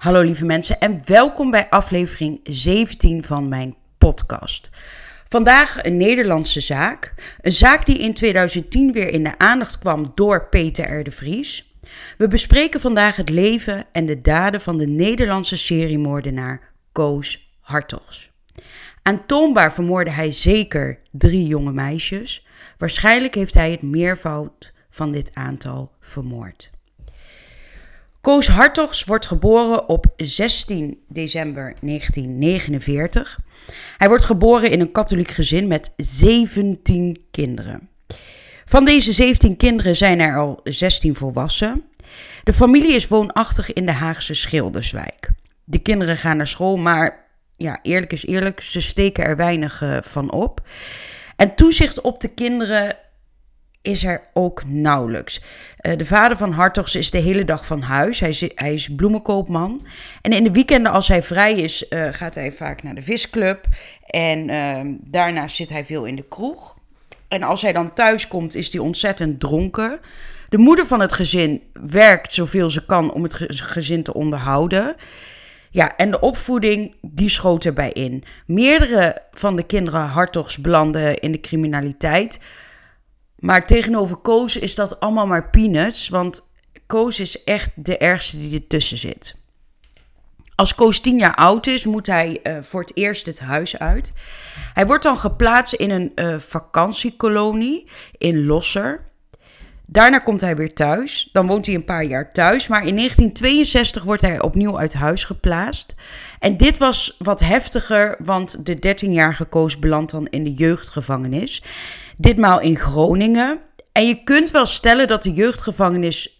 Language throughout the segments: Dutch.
Hallo lieve mensen en welkom bij aflevering 17 van mijn podcast. Vandaag een Nederlandse zaak. Een zaak die in 2010 weer in de aandacht kwam door Peter R. de Vries. We bespreken vandaag het leven en de daden van de Nederlandse seriemoordenaar Koos Hartogs. Aantoonbaar vermoordde hij zeker 3 jonge meisjes. Waarschijnlijk heeft hij het meervoud van dit aantal vermoord. Koos Hartogs wordt geboren op 16 december 1949. Hij wordt geboren in een katholiek gezin met 17 kinderen. Van deze 17 kinderen zijn er al 16 volwassen. De familie is woonachtig in de Haagse Schilderswijk. De kinderen gaan naar school, maar ja, eerlijk is eerlijk, ze steken er weinig van op. En toezicht op de kinderen is er ook nauwelijks. De vader van Hartogs is de hele dag van huis. Hij is bloemenkoopman. En in de weekenden als hij vrij is, gaat hij vaak naar de visclub. En daarna zit hij veel in de kroeg. En als hij dan thuis komt, is hij ontzettend dronken. De moeder van het gezin werkt zoveel ze kan om het gezin te onderhouden. Ja, en de opvoeding, die schoot erbij in. Meerdere van de kinderen Hartogs belanden in de criminaliteit. Maar tegenover Koos is dat allemaal maar peanuts, want Koos is echt de ergste die ertussen zit. Als Koos 10 jaar oud is, moet hij voor het eerst het huis uit. Hij wordt dan geplaatst in een vakantiekolonie in Losser. Daarna komt hij weer thuis. Dan woont hij een paar jaar thuis. Maar in 1962 wordt hij opnieuw uit huis geplaatst. En dit was wat heftiger, want de 13-jarige Koos belandt dan in de jeugdgevangenis. Ditmaal in Groningen. En je kunt wel stellen dat de jeugdgevangenis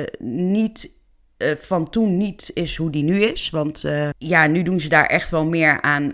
van toen niet is hoe die nu is. Want nu doen ze daar echt wel meer aan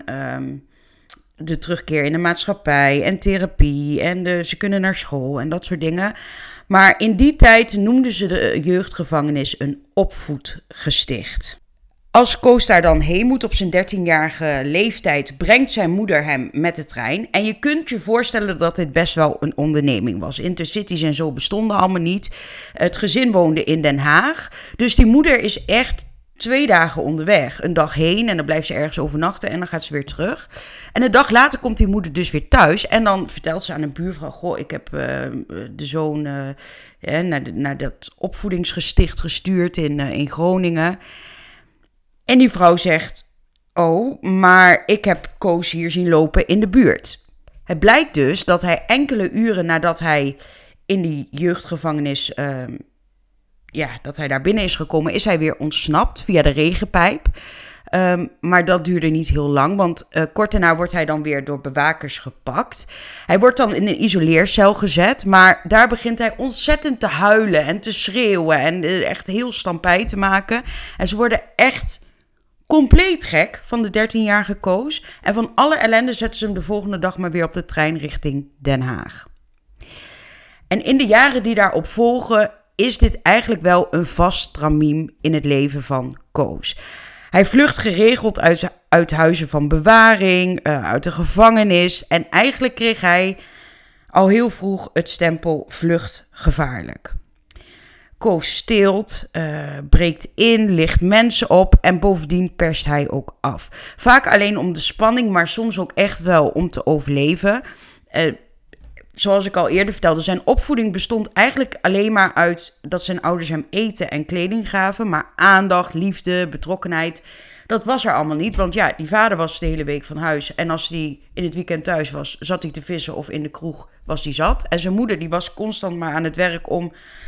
de terugkeer in de maatschappij en therapie. En ze kunnen naar school en dat soort dingen. Maar in die tijd noemden ze de jeugdgevangenis een opvoedgesticht. Als Koos daar dan heen moet op zijn 13-jarige leeftijd, brengt zijn moeder hem met de trein. En je kunt je voorstellen dat dit best wel een onderneming was. Intercities en zo bestonden allemaal niet. Het gezin woonde in Den Haag. Dus die moeder is echt 2 dagen onderweg. Een dag heen en dan blijft ze ergens overnachten en dan gaat ze weer terug. En een dag later komt die moeder dus weer thuis. En dan vertelt ze aan een buurvrouw: goh, ik heb de zoon naar dat opvoedingsgesticht gestuurd in Groningen. En die vrouw zegt: oh, maar ik heb Koos hier zien lopen in de buurt. Het blijkt dus dat hij enkele uren nadat hij in die jeugdgevangenis, dat hij daar binnen is gekomen, is hij weer ontsnapt via de regenpijp. Maar dat duurde niet heel lang, want kort daarna wordt hij dan weer door bewakers gepakt. Hij wordt dan in een isoleercel gezet, maar daar begint hij ontzettend te huilen en te schreeuwen en echt heel stampij te maken. En ze worden echt compleet gek van de 13-jarige Koos. En van alle ellende zetten ze hem de volgende dag maar weer op de trein richting Den Haag. En in de jaren die daarop volgen is dit eigenlijk wel een vast tramiem in het leven van Koos. Hij vlucht geregeld uit huizen van bewaring, uit de gevangenis. En eigenlijk kreeg hij al heel vroeg het stempel vluchtgevaarlijk. Koos steelt, breekt in, licht mensen op en bovendien perst hij ook af. Vaak alleen om de spanning, maar soms ook echt wel om te overleven. Zoals ik al eerder vertelde, zijn opvoeding bestond eigenlijk alleen maar uit dat zijn ouders hem eten en kleding gaven. Maar aandacht, liefde, betrokkenheid, dat was er allemaal niet. Want ja, die vader was de hele week van huis. En als hij in het weekend thuis was, zat hij te vissen of in de kroeg was hij zat. En zijn moeder die was constant maar aan het werk om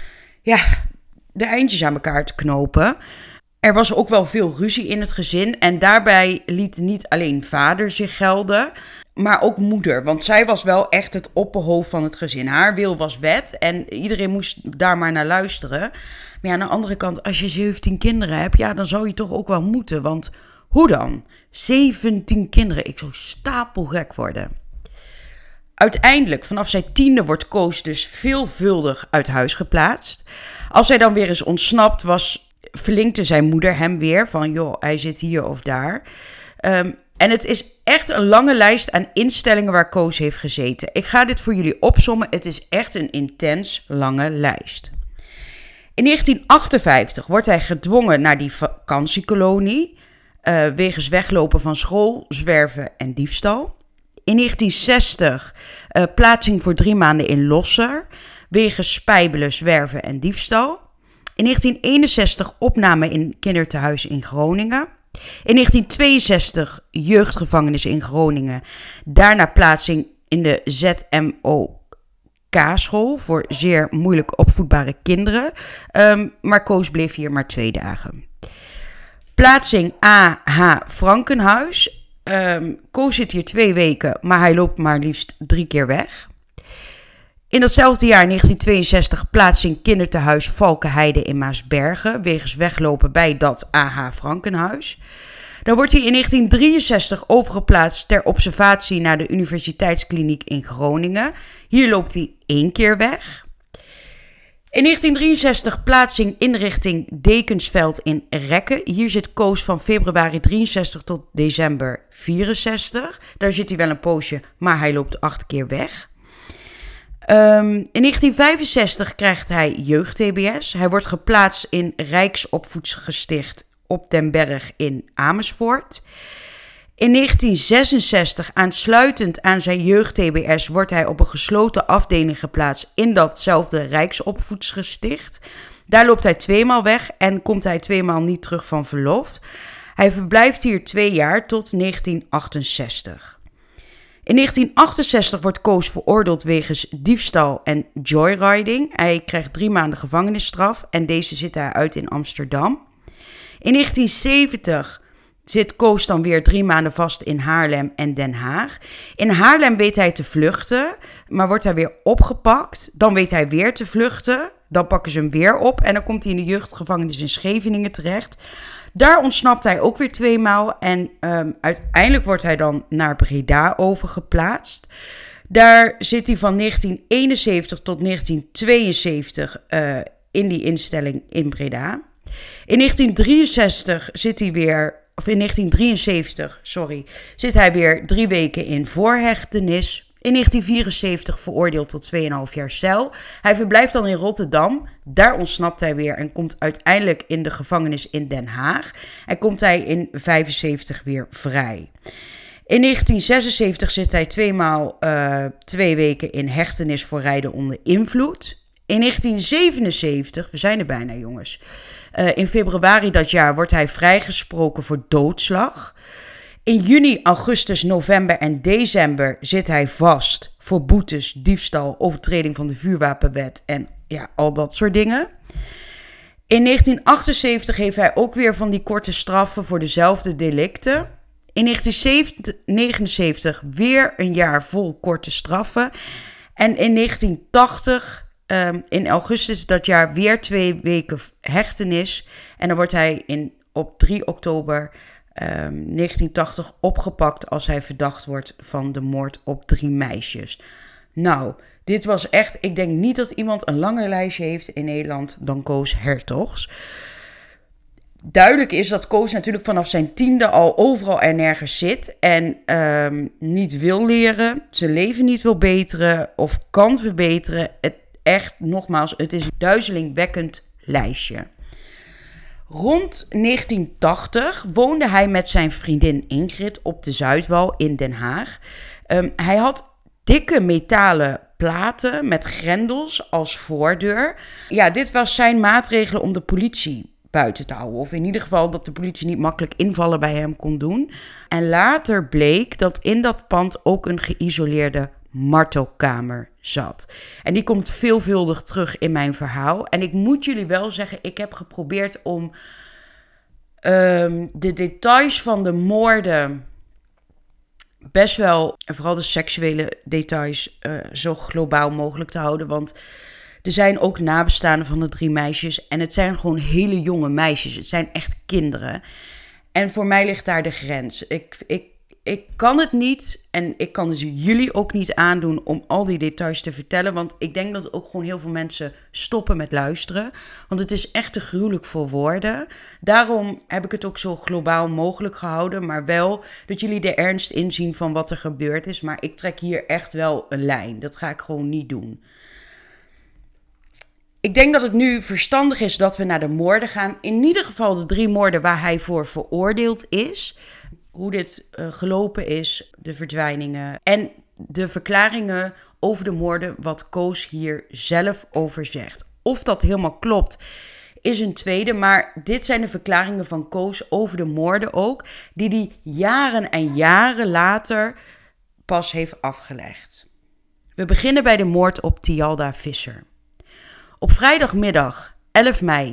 de eindjes aan elkaar te knopen. Er was ook wel veel ruzie in het gezin. En daarbij liet niet alleen vader zich gelden, maar ook moeder. Want zij was wel echt het opperhoofd van het gezin. Haar wil was wet en iedereen moest daar maar naar luisteren. Maar ja, aan de andere kant, als je 17 kinderen hebt, ja, dan zou je toch ook wel moeten. Want hoe dan? 17 kinderen. Ik zou stapelgek worden. Uiteindelijk, vanaf zijn 10e wordt Koos dus veelvuldig uit huis geplaatst. Als hij dan weer eens ontsnapt was, verlinkte zijn moeder hem weer van: joh, hij zit hier of daar. En het is echt een lange lijst aan instellingen waar Koos heeft gezeten. Ik ga dit voor jullie opsommen. Het is echt een intens lange lijst. In 1958 wordt hij gedwongen naar die vakantiekolonie wegens weglopen van school, zwerven en diefstal. In 1960 plaatsing voor 3 maanden in Losser wegens spijbelen, zwerven en diefstal. In 1961 opname in kindertehuis in Groningen. In 1962 jeugdgevangenis in Groningen. Daarna plaatsing in de ZMOK-school voor zeer moeilijk opvoedbare kinderen. Maar Koos bleef hier maar 2 dagen. Plaatsing AH Frankenhuis. Koos zit hier 2 weken, maar hij loopt maar liefst 3 keer weg. In datzelfde jaar, 1962, plaatsing kindertehuis Valkenheide in Maasbergen, wegens weglopen bij dat AH Frankenhuis. Dan wordt hij in 1963 overgeplaatst ter observatie naar de Universiteitskliniek in Groningen. Hier loopt hij 1 keer weg. In 1963 plaatsing inrichting Dekensveld in Rekken. Hier zit Koos van februari 63 tot december 64. Daar zit hij wel een poosje, maar hij loopt 8 keer weg. In 1965 krijgt hij jeugd-TBS. Hij wordt geplaatst in Rijksopvoedgesticht op den Berg in Amersfoort. In 1966, aansluitend aan zijn jeugd-TBS, wordt hij op een gesloten afdeling geplaatst in datzelfde Rijksopvoedgesticht. Daar loopt hij 2 maal weg en komt hij 2 maal niet terug van verlof. Hij verblijft hier 2 jaar tot 1968. In 1968 wordt Koos veroordeeld wegens diefstal en joyriding. Hij krijgt 3 maanden gevangenisstraf en deze zit hij uit in Amsterdam. In 1970 zit Koos dan weer 3 maanden vast in Haarlem en Den Haag. In Haarlem weet hij te vluchten, maar wordt hij weer opgepakt. Dan weet hij weer te vluchten, dan pakken ze hem weer op en dan komt hij in de jeugdgevangenis in Scheveningen terecht. Daar ontsnapt hij ook weer 2 maal en uiteindelijk wordt hij dan naar Breda overgeplaatst. Daar zit hij van 1971 tot 1972 in die instelling in Breda. In 1973 zit hij weer 3 weken in voorhechtenis. In 1974 veroordeeld tot 2,5 jaar cel. Hij verblijft dan in Rotterdam. Daar ontsnapt hij weer en komt uiteindelijk in de gevangenis in Den Haag. En komt hij in 1975 weer vrij. In 1976 zit hij 2 maal 2 weken in hechtenis voor rijden onder invloed. In 1977, we zijn er bijna jongens, in februari dat jaar wordt hij vrijgesproken voor doodslag. In juni, augustus, november en december zit hij vast voor boetes, diefstal, overtreding van de vuurwapenwet en ja, al dat soort dingen. In 1978 heeft hij ook weer van die korte straffen voor dezelfde delicten. In 1979 weer een jaar vol korte straffen. En in 1980, in augustus dat jaar, weer 2 weken hechtenis. En dan wordt hij op 3 oktober 1980 opgepakt als hij verdacht wordt van de moord op 3 meisjes. Nou, dit was echt, ik denk niet dat iemand een langer lijstje heeft in Nederland dan Koos Hertogs. Duidelijk is dat Koos natuurlijk vanaf zijn 10e al overal en nergens zit en niet wil leren, zijn leven niet wil beteren of kan verbeteren. Het is een duizelingwekkend lijstje. Rond 1980 woonde hij met zijn vriendin Ingrid op de Zuidwal in Den Haag. Hij had dikke metalen platen met grendels als voordeur. Ja, dit was zijn maatregelen om de politie buiten te houden. Of in ieder geval dat de politie niet makkelijk invallen bij hem kon doen. En later bleek dat in dat pand ook een geïsoleerde martelkamer zat. En die komt veelvuldig terug in mijn verhaal. En ik moet jullie wel zeggen, ik heb geprobeerd om de details van de moorden best wel, en vooral de seksuele details, zo globaal mogelijk te houden. Want er zijn ook nabestaanden van de 3 meisjes. En het zijn gewoon hele jonge meisjes. Het zijn echt kinderen. En voor mij ligt daar de grens. Ik kan het niet en ik kan het jullie ook niet aandoen om al die details te vertellen. Want ik denk dat ook gewoon heel veel mensen stoppen met luisteren. Want het is echt te gruwelijk voor woorden. Daarom heb ik het ook zo globaal mogelijk gehouden. Maar wel dat jullie de ernst inzien van wat er gebeurd is. Maar ik trek hier echt wel een lijn. Dat ga ik gewoon niet doen. Ik denk dat het nu verstandig is dat we naar de moorden gaan. In ieder geval de 3 moorden waar hij voor veroordeeld is. Hoe dit gelopen is, de verdwijningen en de verklaringen over de moorden, wat Koos hier zelf over zegt. Of dat helemaal klopt, is een tweede, maar dit zijn de verklaringen van Koos over de moorden ook, die hij jaren en jaren later pas heeft afgelegd. We beginnen bij de moord op Tialda Visser. Op vrijdagmiddag 11 mei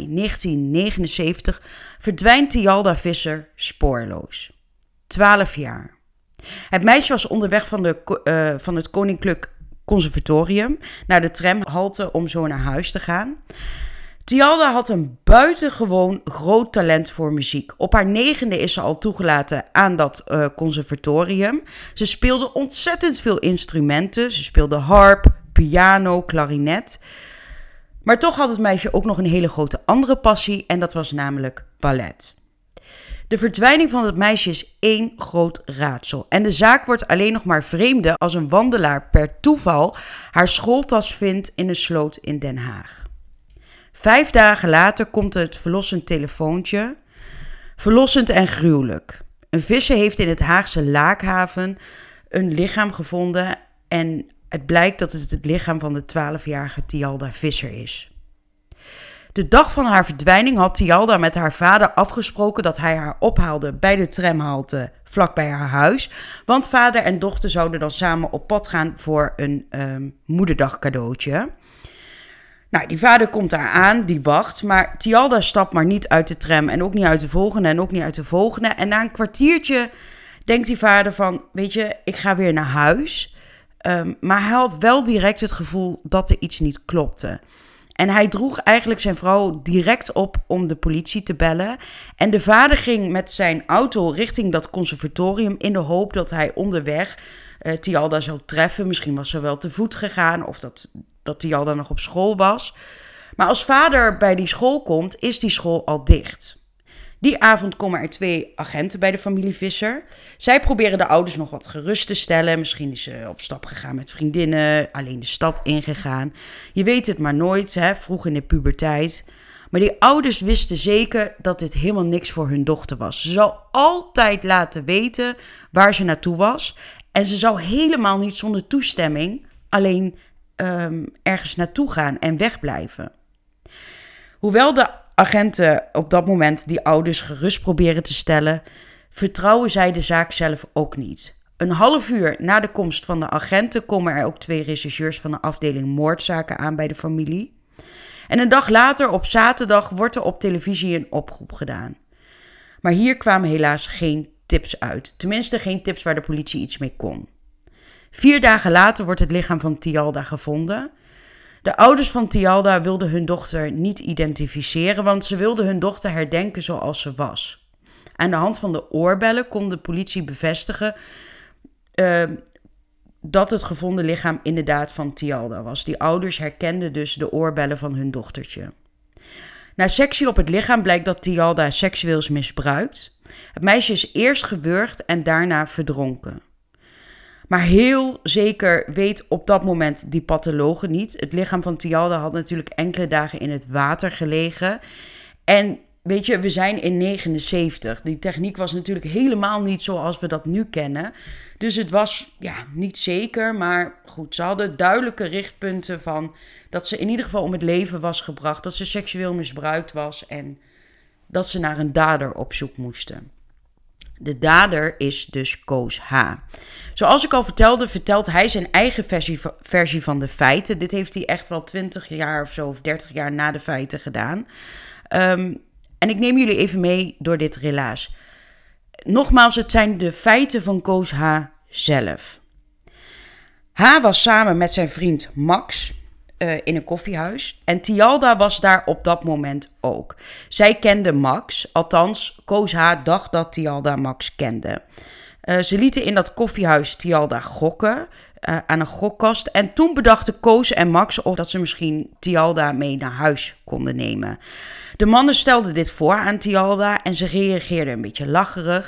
1979 verdwijnt Tialda Visser spoorloos. 12 jaar. Het meisje was onderweg van het Koninklijk Conservatorium naar de tramhalte om zo naar huis te gaan. Tialda had een buitengewoon groot talent voor muziek. Op haar 9e is ze al toegelaten aan dat conservatorium. Ze speelde ontzettend veel instrumenten. Ze speelde harp, piano, klarinet. Maar toch had het meisje ook nog een hele grote andere passie en dat was namelijk ballet. De verdwijning van het meisje is één groot raadsel. En de zaak wordt alleen nog maar vreemder als een wandelaar per toeval haar schooltas vindt in een sloot in Den Haag. 5 dagen later komt het verlossend telefoontje. Verlossend en gruwelijk. Een visser heeft in het Haagse Laakhaven een lichaam gevonden en het blijkt dat het lichaam van de 12-jarige Tialda Visser is. De dag van haar verdwijning had Tialda met haar vader afgesproken dat hij haar ophaalde bij de tramhalte vlakbij haar huis. Want vader en dochter zouden dan samen op pad gaan voor een moederdag cadeautje. Nou, die vader komt daar aan, die wacht, maar Tialda stapt maar niet uit de tram en ook niet uit de volgende en ook niet uit de volgende. En na een kwartiertje denkt die vader van, weet je, ik ga weer naar huis. Maar hij had wel direct het gevoel dat er iets niet klopte. En hij droeg eigenlijk zijn vrouw direct op om de politie te bellen. En de vader ging met zijn auto richting dat conservatorium in de hoop dat hij onderweg Tialda zou treffen. Misschien was ze wel te voet gegaan of dat Tialda nog op school was. Maar als vader bij die school komt, is die school al dicht. Die avond komen er 2 agenten bij de familie Visser. Zij proberen de ouders nog wat gerust te stellen. Misschien is ze op stap gegaan met vriendinnen, alleen de stad ingegaan. Je weet het maar nooit, hè? Vroeg in de puberteit. Maar die ouders wisten zeker dat dit helemaal niks voor hun dochter was. Ze zou altijd laten weten waar ze naartoe was. En ze zou helemaal niet zonder toestemming alleen ergens naartoe gaan en wegblijven. Hoewel de agenten op dat moment die ouders gerust proberen te stellen, vertrouwen zij de zaak zelf ook niet. Een half uur na de komst van de agenten komen er ook 2 rechercheurs van de afdeling moordzaken aan bij de familie. En een dag later, op zaterdag, wordt er op televisie een oproep gedaan. Maar hier kwamen helaas geen tips uit. Tenminste, geen tips waar de politie iets mee kon. 4 dagen later wordt het lichaam van Tialda gevonden. De ouders van Tialda wilden hun dochter niet identificeren, want ze wilden hun dochter herdenken zoals ze was. Aan de hand van de oorbellen kon de politie bevestigen dat het gevonden lichaam inderdaad van Tialda was. Die ouders herkenden dus de oorbellen van hun dochtertje. Na sectie op het lichaam blijkt dat Tialda seksueel is misbruikt. Het meisje is eerst gewurgd en daarna verdronken. Maar heel zeker weet op dat moment die pathologe niet. Het lichaam van Tialda had natuurlijk enkele dagen in het water gelegen. En weet je, we zijn in 79. Die techniek was natuurlijk helemaal niet zoals we dat nu kennen. Dus het was niet zeker, maar goed, ze hadden duidelijke richtpunten van dat ze in ieder geval om het leven was gebracht, dat ze seksueel misbruikt was en dat ze naar een dader op zoek moesten. De dader is dus Koos H. Zoals ik al vertelde, vertelt hij zijn eigen versie van de feiten. Dit heeft hij echt wel 20 jaar of zo, of 30 jaar na de feiten gedaan. En ik neem jullie even mee door dit relaas. Nogmaals, het zijn de feiten van Koos H. zelf. H. was samen met zijn vriend Max in een koffiehuis. En Tialda was daar op dat moment ook. Zij kende Max, althans Koos H. dacht dat Tialda Max kende. Ze lieten in dat koffiehuis Tialda gokken aan een gokkast. En toen bedachten Koos en Max of dat ze misschien Tialda mee naar huis konden nemen. De mannen stelden dit voor aan Tialda en ze reageerde een beetje lacherig.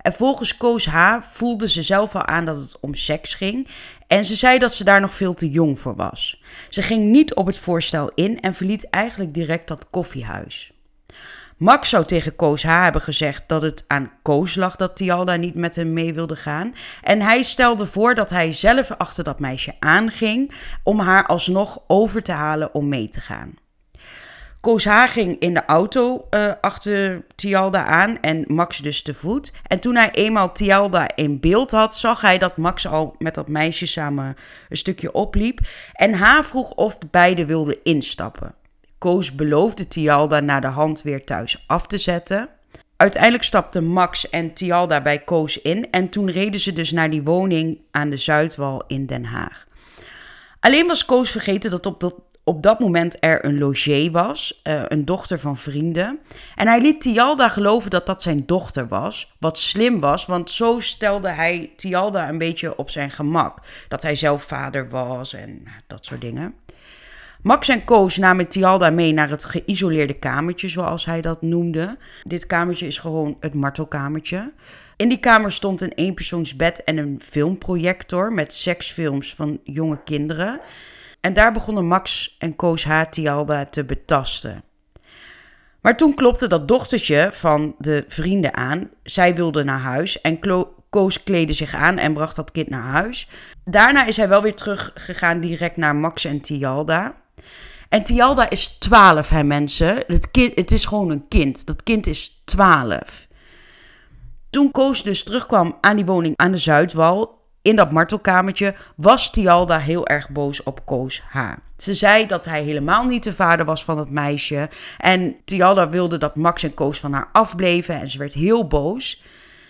En volgens Koos H. voelde ze zelf al aan dat het om seks ging. En ze zei dat ze daar nog veel te jong voor was. Ze ging niet op het voorstel in en verliet eigenlijk direct dat koffiehuis. Max zou tegen Koos H. hebben gezegd dat het aan Koos lag dat Tialda niet met hem mee wilde gaan. En hij stelde voor dat hij zelf achter dat meisje aanging om haar alsnog over te halen om mee te gaan. Koos H. ging in de auto achter Tialda aan en Max dus te voet. En toen hij eenmaal Tialda in beeld had, zag hij dat Max al met dat meisje samen een stukje opliep. En H. vroeg of beiden wilden instappen. Koos beloofde Tialda na de hand weer thuis af te zetten. Uiteindelijk stapten Max en Tialda bij Koos in en toen reden ze dus naar die woning aan de Zuidwal in Den Haag. Alleen was Koos vergeten dat op dat moment er een logé was, een dochter van vrienden. En hij liet Tialda geloven dat dat zijn dochter was, wat slim was, want zo stelde hij Tialda een beetje op zijn gemak. Dat hij zelf vader was en dat soort dingen. Max en Koos namen Tialda mee naar het geïsoleerde kamertje, zoals hij dat noemde. Dit kamertje is gewoon het martelkamertje. In die kamer stond een eenpersoonsbed en een filmprojector met seksfilms van jonge kinderen. En daar begonnen Max en Koos H. Tialda te betasten. Maar toen klopte dat dochtertje van de vrienden aan. Zij wilde naar huis en Koos kleedde zich aan en bracht dat kind naar huis. Daarna is hij wel weer teruggegaan direct naar Max en Tialda. En Tialda is 12, hè mensen. Het is gewoon een kind. Dat kind is 12. Toen Koos dus terugkwam aan die woning aan de Zuidwal, in dat martelkamertje, was Tialda heel erg boos op Koos H. Ze zei dat hij helemaal niet de vader was van het meisje. En Tialda wilde dat Max en Koos van haar afbleven en ze werd heel boos.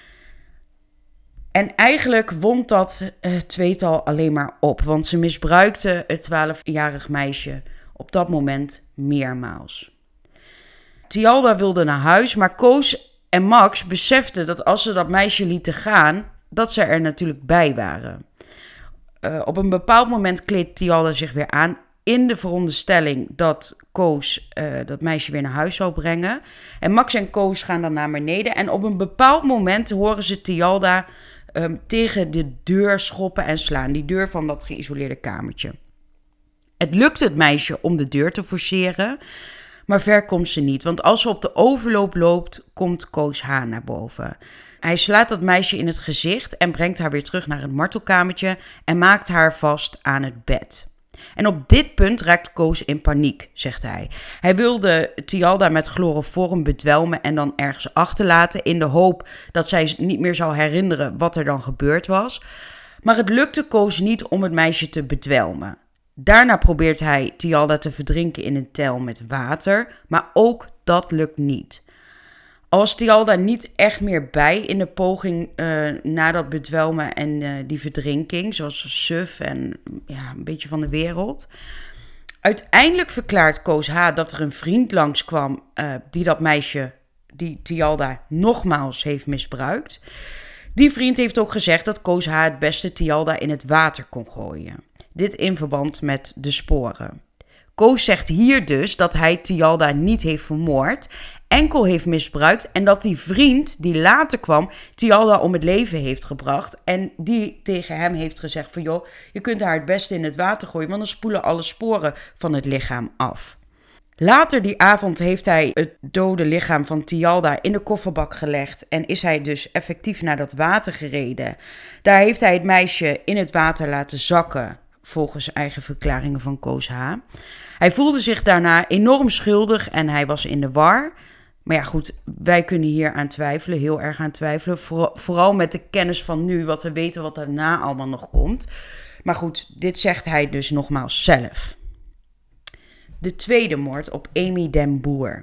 En eigenlijk wond dat tweetal alleen maar op, want ze misbruikte het 12-jarig meisje op dat moment meermaals. Tialda wilde naar huis, maar Koos en Max beseften dat als ze dat meisje lieten gaan, dat ze er natuurlijk bij waren. Op een bepaald moment kleedt Tialda zich weer aan in de veronderstelling dat Koos dat meisje weer naar huis zou brengen. En Max en Koos gaan dan naar beneden en op een bepaald moment horen ze Tialda tegen de deur schoppen en slaan. Die deur van dat geïsoleerde kamertje. Het lukt het meisje om de deur te forceren, maar ver komt ze niet. Want als ze op de overloop loopt, komt Koos H. naar boven. Hij slaat dat meisje in het gezicht en brengt haar weer terug naar het martelkamertje en maakt haar vast aan het bed. En op dit punt raakt Koos in paniek, zegt hij. Hij wilde Tialda met chloroform bedwelmen en dan ergens achterlaten in de hoop dat zij niet meer zou herinneren wat er dan gebeurd was. Maar het lukte Koos niet om het meisje te bedwelmen. Daarna probeert hij Tialda te verdrinken in een tel met water, maar ook dat lukt niet. Al was Tialda niet echt meer bij in de poging na dat bedwelmen en die verdrinking, zoals suf en een beetje van de wereld. Uiteindelijk verklaart Koos H. dat er een vriend langskwam die dat meisje, die Tialda, nogmaals heeft misbruikt. Die vriend heeft ook gezegd dat Koos H. het beste Tialda in het water kon gooien. Dit in verband met de sporen. Koos zegt hier dus dat hij Tialda niet heeft vermoord, enkel heeft misbruikt en dat die vriend die later kwam Tialda om het leven heeft gebracht en die tegen hem heeft gezegd van joh, je kunt haar het beste in het water gooien, want dan spoelen alle sporen van het lichaam af. Later die avond heeft hij het dode lichaam van Tialda in de kofferbak gelegd en is hij dus effectief naar dat water gereden. Daar heeft hij het meisje in het water laten zakken, volgens eigen verklaringen van Koos H. Hij voelde zich daarna enorm schuldig en hij was in de war. Maar ja goed, wij kunnen hier aan twijfelen, heel erg aan twijfelen. Vooral met de kennis van nu, wat we weten wat daarna allemaal nog komt. Maar goed, dit zegt hij dus nogmaals zelf. De tweede moord op Amy den Boer.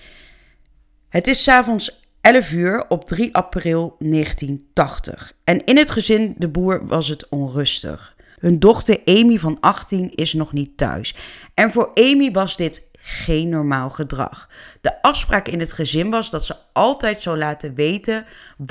Het is 's avonds 11 uur op 3 april 1980. En in het gezin de Boer was het onrustig. Hun dochter Amy van 18 is nog niet thuis. En voor Amy was dit geen normaal gedrag. De afspraak in het gezin was dat ze altijd zou laten weten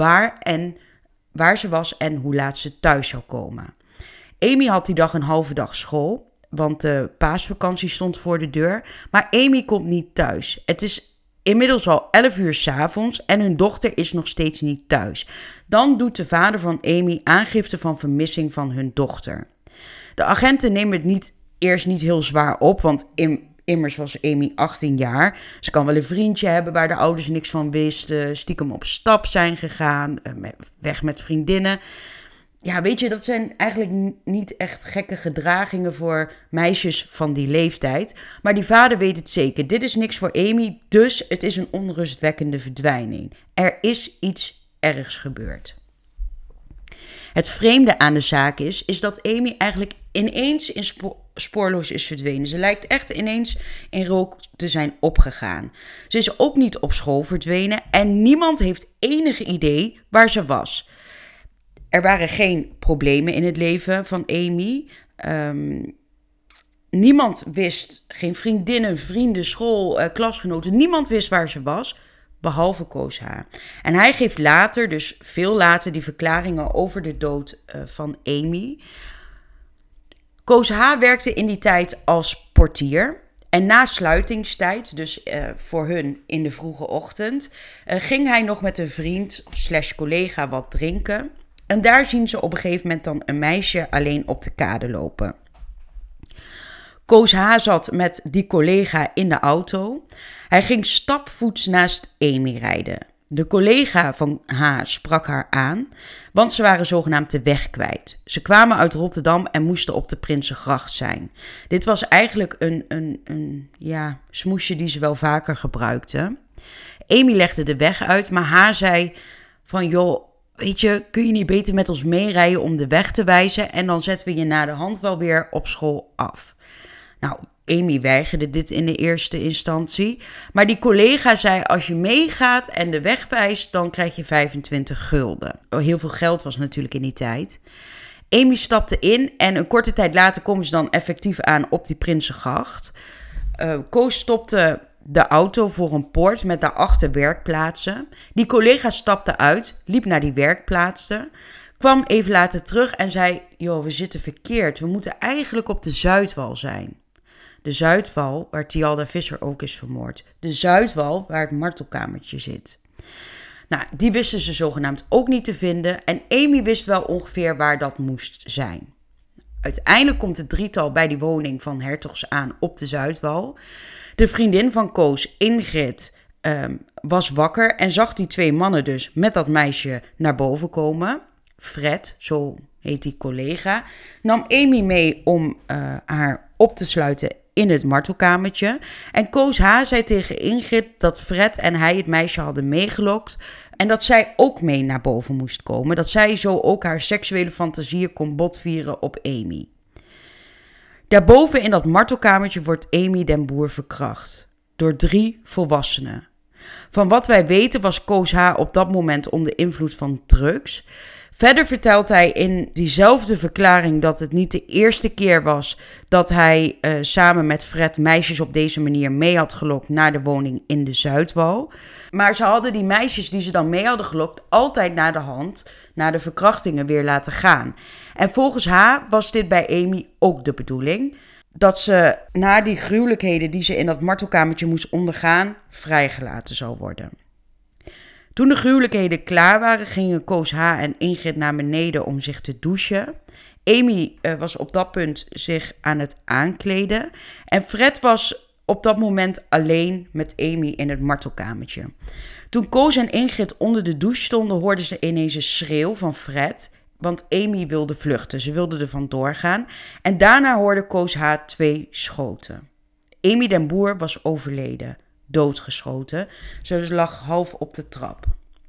waar ze was en hoe laat ze thuis zou komen. Amy had die dag een halve dag school, want de paasvakantie stond voor de deur. Maar Amy komt niet thuis. Het is inmiddels al 11 uur 's avonds en hun dochter is nog steeds niet thuis. Dan doet de vader van Amy aangifte van vermissing van hun dochter. De agenten nemen het eerst niet heel zwaar op, want immers was Amy 18 jaar. Ze kan wel een vriendje hebben waar de ouders niks van wisten, stiekem op stap zijn gegaan, weg met vriendinnen. Ja, weet je, dat zijn eigenlijk niet echt gekke gedragingen voor meisjes van die leeftijd. Maar die vader weet het zeker. Dit is niks voor Amy, dus het is een onrustwekkende verdwijning. Er is iets ergs gebeurd. Het vreemde aan de zaak is dat Amy eigenlijk ineens spoorloos is verdwenen. Ze lijkt echt ineens in rook te zijn opgegaan. Ze is ook niet op school verdwenen en niemand heeft enig idee waar ze was. Er waren geen problemen in het leven van Amy. Niemand wist, geen vriendinnen, vrienden, school, klasgenoten. Niemand wist waar ze was, behalve Koos H. En hij geeft later, dus veel later, die verklaringen over de dood van Amy. Koos H. werkte in die tijd als portier. En na sluitingstijd, dus voor hun in de vroege ochtend, ging hij nog met een vriend / collega wat drinken. En daar zien ze op een gegeven moment dan een meisje alleen op de kade lopen. Koos H. zat met die collega in de auto. Hij ging stapvoets naast Amy rijden. De collega van H. sprak haar aan, want ze waren zogenaamd de weg kwijt. Ze kwamen uit Rotterdam en moesten op de Prinsengracht zijn. Dit was eigenlijk een smoesje die ze wel vaker gebruikten. Amy legde de weg uit, maar H. zei van joh, weet je, kun je niet beter met ons meerijden om de weg te wijzen en dan zetten we je na de hand wel weer op school af. Nou, Amy weigerde dit in de eerste instantie, maar die collega zei als je meegaat en de weg wijst, dan krijg je 25 gulden. Heel veel geld was natuurlijk in die tijd. Amy stapte in en een korte tijd later komen ze dan effectief aan op die Prinsengracht. Koos stopte de auto voor een poort met daarachter werkplaatsen. Die collega stapte uit, liep naar die werkplaatsen, kwam even later terug en zei, joh, we zitten verkeerd. We moeten eigenlijk op de Zuidwal zijn. De Zuidwal, waar Tialda Visser ook is vermoord. De Zuidwal, waar het martelkamertje zit. Nou, die wisten ze zogenaamd ook niet te vinden en Amy wist wel ongeveer waar dat moest zijn. Uiteindelijk komt het drietal bij die woning van Hertogs aan op de Zuidwal. De vriendin van Koos, Ingrid, was wakker en zag die twee mannen dus met dat meisje naar boven komen. Fred, zo heet die collega, nam Amy mee om haar op te sluiten in het martelkamertje. En Koos H. zei tegen Ingrid dat Fred en hij het meisje hadden meegelokt en dat zij ook mee naar boven moest komen. Dat zij zo ook haar seksuele fantasieën kon botvieren op Amy. Daarboven in dat martelkamertje wordt Amy den Boer verkracht door 3 volwassenen. Van wat wij weten was Koos H. op dat moment onder invloed van drugs. Verder vertelt hij in diezelfde verklaring dat het niet de eerste keer was dat hij samen met Fred meisjes op deze manier mee had gelokt naar de woning in de Zuidwal. Maar ze hadden die meisjes die ze dan mee hadden gelokt altijd naar de hand, naar de verkrachtingen weer laten gaan. En volgens H. was dit bij Amy ook de bedoeling, dat ze na die gruwelijkheden die ze in dat martelkamertje moest ondergaan, vrijgelaten zou worden. Toen de gruwelijkheden klaar waren, gingen Koos H. en Ingrid naar beneden om zich te douchen. Amy was op dat punt zich aan het aankleden. En Fred was op dat moment alleen met Amy in het martelkamertje. Toen Koos en Ingrid onder de douche stonden, hoorden ze ineens een schreeuw van Fred. Want Amy wilde vluchten, ze wilde er vandoor gaan. En daarna hoorde Koos H. 2 schoten. Amy den Boer was overleden. Doodgeschoten. Ze lag half op de trap.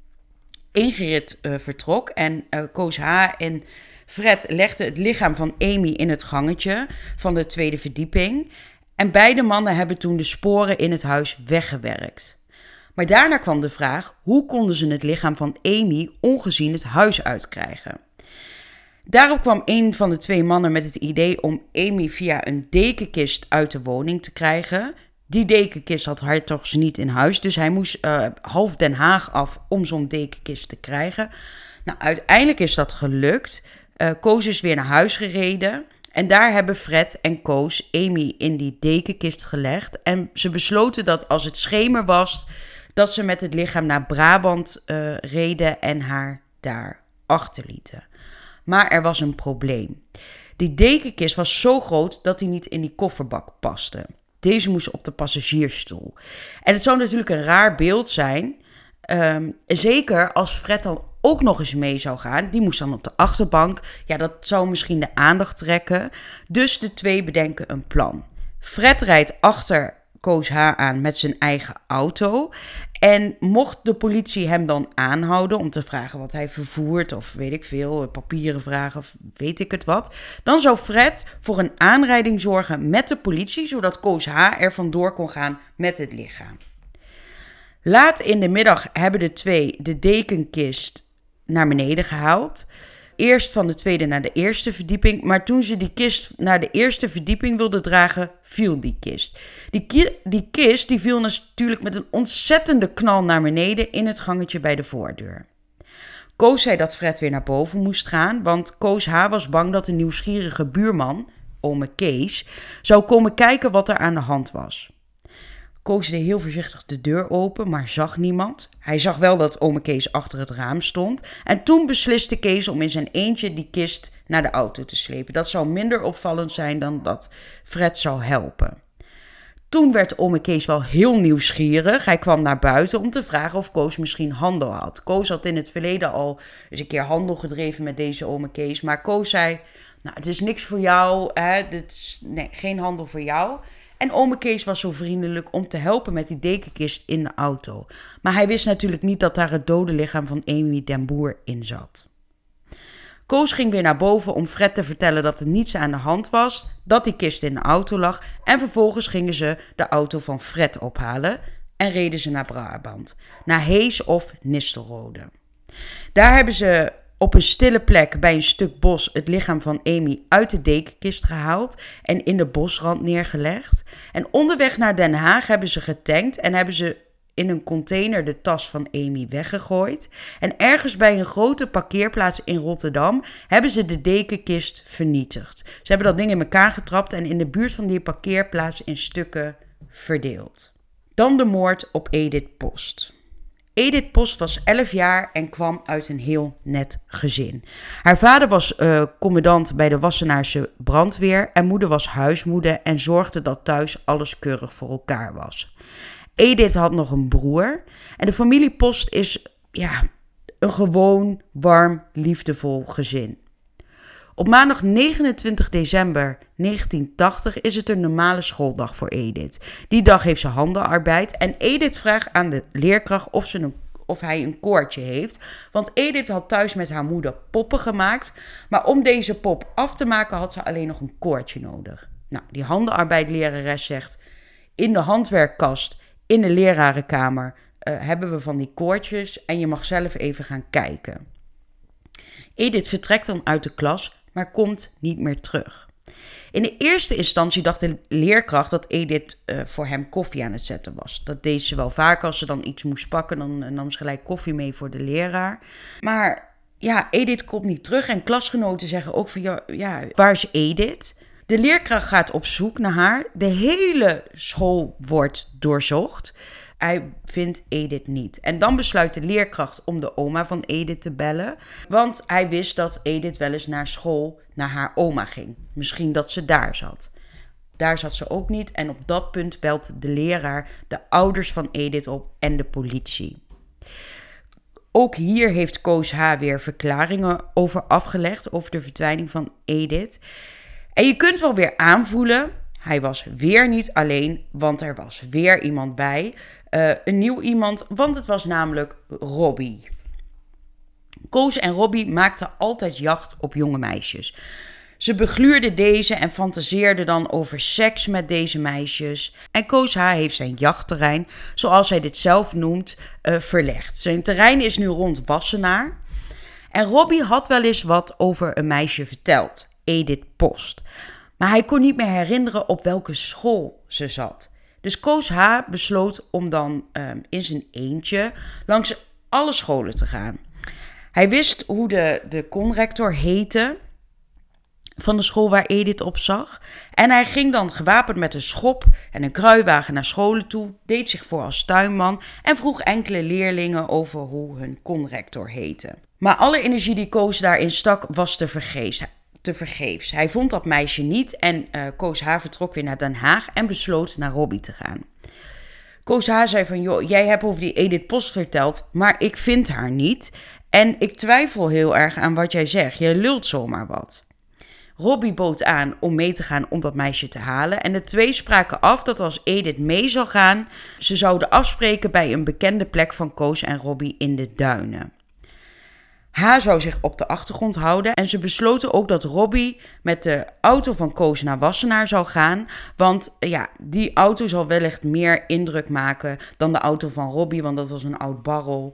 Ingrid vertrok en Koos H. en Fred legden het lichaam van Amy in het gangetje van de 2e verdieping. En beide mannen hebben toen de sporen in het huis weggewerkt. Maar daarna kwam de vraag, hoe konden ze het lichaam van Amy ongezien het huis uitkrijgen? Daarop kwam een van de 2 mannen met het idee om Amy via een dekenkist uit de woning te krijgen. Die dekenkist had Hertogs niet in huis, dus hij moest half Den Haag af om zo'n dekenkist te krijgen. Nou, uiteindelijk is dat gelukt. Koos is weer naar huis gereden En daar hebben Fred en Koos Amy in die dekenkist gelegd. En ze besloten dat als het schemer was, dat ze met het lichaam naar Brabant reden en haar daar achterlieten. Maar er was een probleem. Die dekenkist was zo groot dat hij niet in die kofferbak paste. Deze moest op de passagiersstoel. En het zou natuurlijk een raar beeld zijn. Zeker als Fred dan ook nog eens mee zou gaan. Die moest dan op de achterbank. Ja, dat zou misschien de aandacht trekken. Dus de twee bedenken een plan. Fred rijdt achter Koos H. aan met zijn eigen auto. En mocht de politie hem dan aanhouden om te vragen wat hij vervoert, of weet ik veel, papieren vragen of weet ik het wat, dan zou Fred voor een aanrijding zorgen met de politie, zodat Koos H. er vandoor kon gaan met het lichaam. Laat in de middag hebben de twee de dekenkist naar beneden gehaald. Eerst van de tweede naar de eerste verdieping. Maar toen ze die kist naar de eerste verdieping wilden dragen, viel die kist. Die kist die viel natuurlijk met een ontzettende knal naar beneden in het gangetje bij de voordeur. Koos zei dat Fred weer naar boven moest gaan, want Koos H. was bang dat de nieuwsgierige buurman, ome Kees, zou komen kijken wat er aan de hand was. Koos deed heel voorzichtig de deur open, maar zag niemand. Hij zag wel dat ome Kees achter het raam stond. En toen besliste Kees om in zijn eentje die kist naar de auto te slepen. Dat zou minder opvallend zijn dan dat Fred zou helpen. Toen werd ome Kees wel heel nieuwsgierig. Hij kwam naar buiten om te vragen of Koos misschien handel had. Koos had in het verleden al eens een keer handel gedreven met deze ome Kees. Maar Koos zei, nou, het is niks voor jou. Geen handel voor jou. En ome Kees was zo vriendelijk om te helpen met die dekenkist in de auto. Maar hij wist natuurlijk niet dat daar het dode lichaam van Amy den Boer in zat. Koos ging weer naar boven om Fred te vertellen dat er niets aan de hand was, dat die kist in de auto lag. En vervolgens gingen ze de auto van Fred ophalen en reden ze naar Brabant, naar Hees of Nistelrode. Daar hebben ze op een stille plek bij een stuk bos het lichaam van Amy uit de dekenkist gehaald en in de bosrand neergelegd. En onderweg naar Den Haag hebben ze getankt en hebben ze in een container de tas van Amy weggegooid. En ergens bij een grote parkeerplaats in Rotterdam hebben ze de dekenkist vernietigd. Ze hebben dat ding in elkaar getrapt en in de buurt van die parkeerplaats in stukken verdeeld. Dan de moord op Edith Post. Edith Post was 11 jaar en kwam uit een heel net gezin. Haar vader was commandant bij de Wassenaarse brandweer en moeder was huismoeder en zorgde dat thuis alles keurig voor elkaar was. Edith had nog een broer en de familie Post is een gewoon, warm, liefdevol gezin. Op maandag 29 december 1980 is het een normale schooldag voor Edith. Die dag heeft ze handenarbeid en Edith vraagt aan de leerkracht of hij een koordje heeft. Want Edith had thuis met haar moeder poppen gemaakt, maar om deze pop af te maken had ze alleen nog een koordje nodig. Nou, die handenarbeidlerares zegt, in de handwerkkast in de lerarenkamer hebben we van die koordjes en je mag zelf even gaan kijken. Edith vertrekt dan uit de klas, maar komt niet meer terug. In de eerste instantie dacht de leerkracht dat Edith voor hem koffie aan het zetten was. Dat deed ze wel vaak als ze dan iets moest pakken, dan nam ze gelijk koffie mee voor de leraar. Maar ja, Edith komt niet terug en klasgenoten zeggen ook van ja, waar is Edith? De leerkracht gaat op zoek naar haar. De hele school wordt doorzocht. Hij vindt Edith niet. En dan besluit de leerkracht om de oma van Edith te bellen. Want hij wist dat Edith wel eens naar school naar haar oma ging. Misschien dat ze daar zat. Daar zat ze ook niet. En op dat punt belt de leraar de ouders van Edith op en de politie. Ook hier heeft Koos H. weer verklaringen over afgelegd. Over de verdwijning van Edith. En je kunt wel weer aanvoelen, hij was weer niet alleen, want er was weer iemand bij. Een nieuw iemand, want het was namelijk Robbie. Koos en Robbie maakten altijd jacht op jonge meisjes. Ze begluurden deze en fantaseerden dan over seks met deze meisjes. En Koos H. heeft zijn jachtterrein, zoals hij dit zelf noemt, verlegd. Zijn terrein is nu rond Wassenaar. En Robbie had wel eens wat over een meisje verteld. Edith Post. Maar hij kon niet meer herinneren op welke school ze zat. Dus Koos H. besloot om dan in zijn eentje langs alle scholen te gaan. Hij wist hoe de conrector heette. van de school waar Edith op zag. En hij ging dan gewapend met een schop en een kruiwagen naar scholen toe, deed zich voor als tuinman en vroeg enkele leerlingen over hoe hun conrector heette. Maar alle energie die Koos daarin stak was tevergeefs. Hij vond dat meisje niet en Koos H. vertrok weer naar Den Haag en besloot naar Robbie te gaan. Koos H. zei van, joh, jij hebt over die Edith Post verteld, maar ik vind haar niet. En ik twijfel heel erg aan wat jij zegt. Jij lult zomaar wat. Robbie bood aan om mee te gaan om dat meisje te halen. En de twee spraken af dat als Edith mee zou gaan, ze zouden afspreken bij een bekende plek van Koos en Robbie in de duinen. H. zou zich op de achtergrond houden en ze besloten ook dat Robbie met de auto van Koos naar Wassenaar zou gaan. Want ja, die auto zal wellicht meer indruk maken dan de auto van Robbie, want dat was een oud barrel.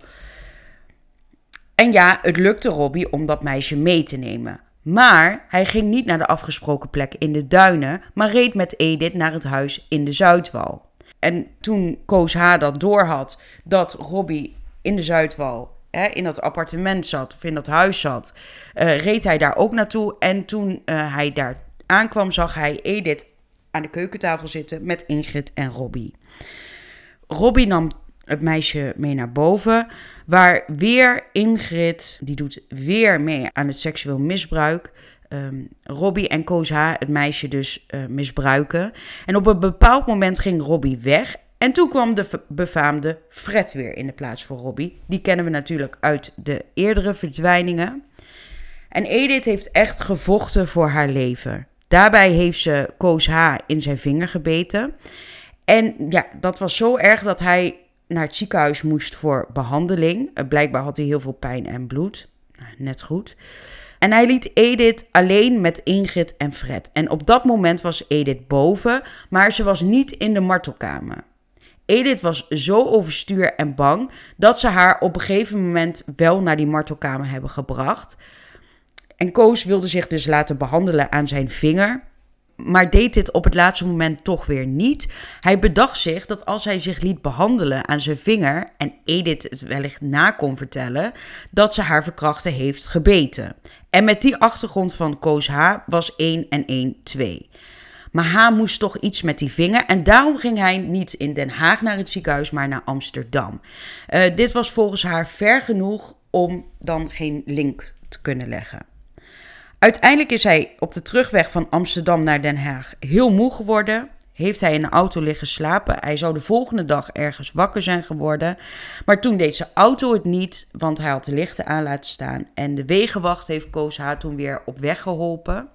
En ja, het lukte Robbie om dat meisje mee te nemen. Maar hij ging niet naar de afgesproken plek in de duinen, maar reed met Edith naar het huis in de Zuidwal. En toen Koos H. dat doorhad dat Robbie in de Zuidwal in dat appartement zat of in dat huis zat, reed hij daar ook naartoe. En toen hij daar aankwam, zag hij Edith aan de keukentafel zitten met Ingrid en Robbie. Robbie nam het meisje mee naar boven, waar weer Ingrid, die doet weer mee aan het seksueel misbruik. Robbie en Koos H. het meisje dus misbruiken. En op een bepaald moment ging Robbie weg. En toen kwam de befaamde Fred weer in de plaats voor Robbie. Die kennen we natuurlijk uit de eerdere verdwijningen. En Edith heeft echt gevochten voor haar leven. Daarbij heeft ze Koos H. in zijn vinger gebeten. En ja, dat was zo erg dat hij naar het ziekenhuis moest voor behandeling. Blijkbaar had hij heel veel pijn en bloed. Net goed. En hij liet Edith alleen met Ingrid en Fred. En op dat moment was Edith boven, maar ze was niet in de martelkamer. Edith was zo overstuur en bang dat ze haar op een gegeven moment wel naar die martelkamer hebben gebracht. En Koos wilde zich dus laten behandelen aan zijn vinger, maar deed dit op het laatste moment toch weer niet. Hij bedacht zich dat als hij zich liet behandelen aan zijn vinger en Edith het wellicht na kon vertellen, dat ze haar verkrachten heeft gebeten. En met die achtergrond van Koos H. was 1 en 1 2. Maar H. moest toch iets met die vinger en daarom ging hij niet in Den Haag naar het ziekenhuis, maar naar Amsterdam. Dit was volgens haar ver genoeg om dan geen link te kunnen leggen. Uiteindelijk is hij op de terugweg van Amsterdam naar Den Haag heel moe geworden. Heeft hij in de auto liggen slapen. Hij zou de volgende dag ergens wakker zijn geworden. Maar toen deed zijn auto het niet, want hij had de lichten aan laten staan. En de wegenwacht heeft Koos H. toen weer op weg geholpen.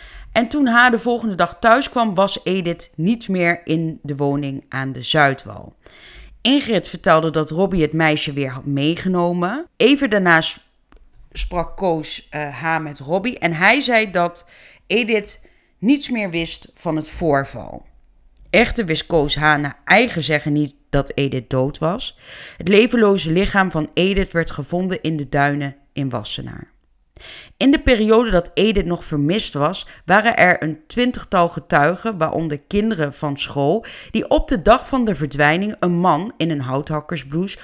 En toen H. de volgende dag thuis kwam, was Edith niet meer in de woning aan de Zuidwal. Ingrid vertelde dat Robbie het meisje weer had meegenomen. Even daarna sprak Koos H. met Robbie en hij zei dat Edith niets meer wist van het voorval. Echter wist Koos H. naar eigen zeggen niet dat Edith dood was. Het levenloze lichaam van Edith werd gevonden in de duinen in Wassenaar. In de periode dat Edith nog vermist was, waren er een 20-tal getuigen, waaronder kinderen van school, die op de dag van de verdwijning een man in een houthakkersblouse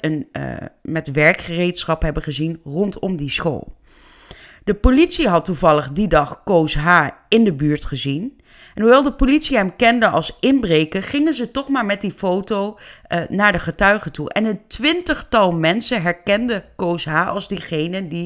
met werkgereedschap hebben gezien rondom die school. De politie had toevallig die dag Koos H. in de buurt gezien. En hoewel de politie hem kende als inbreker, gingen ze toch maar met die foto naar de getuigen toe. En een 20-tal mensen herkenden Koos H. als diegene die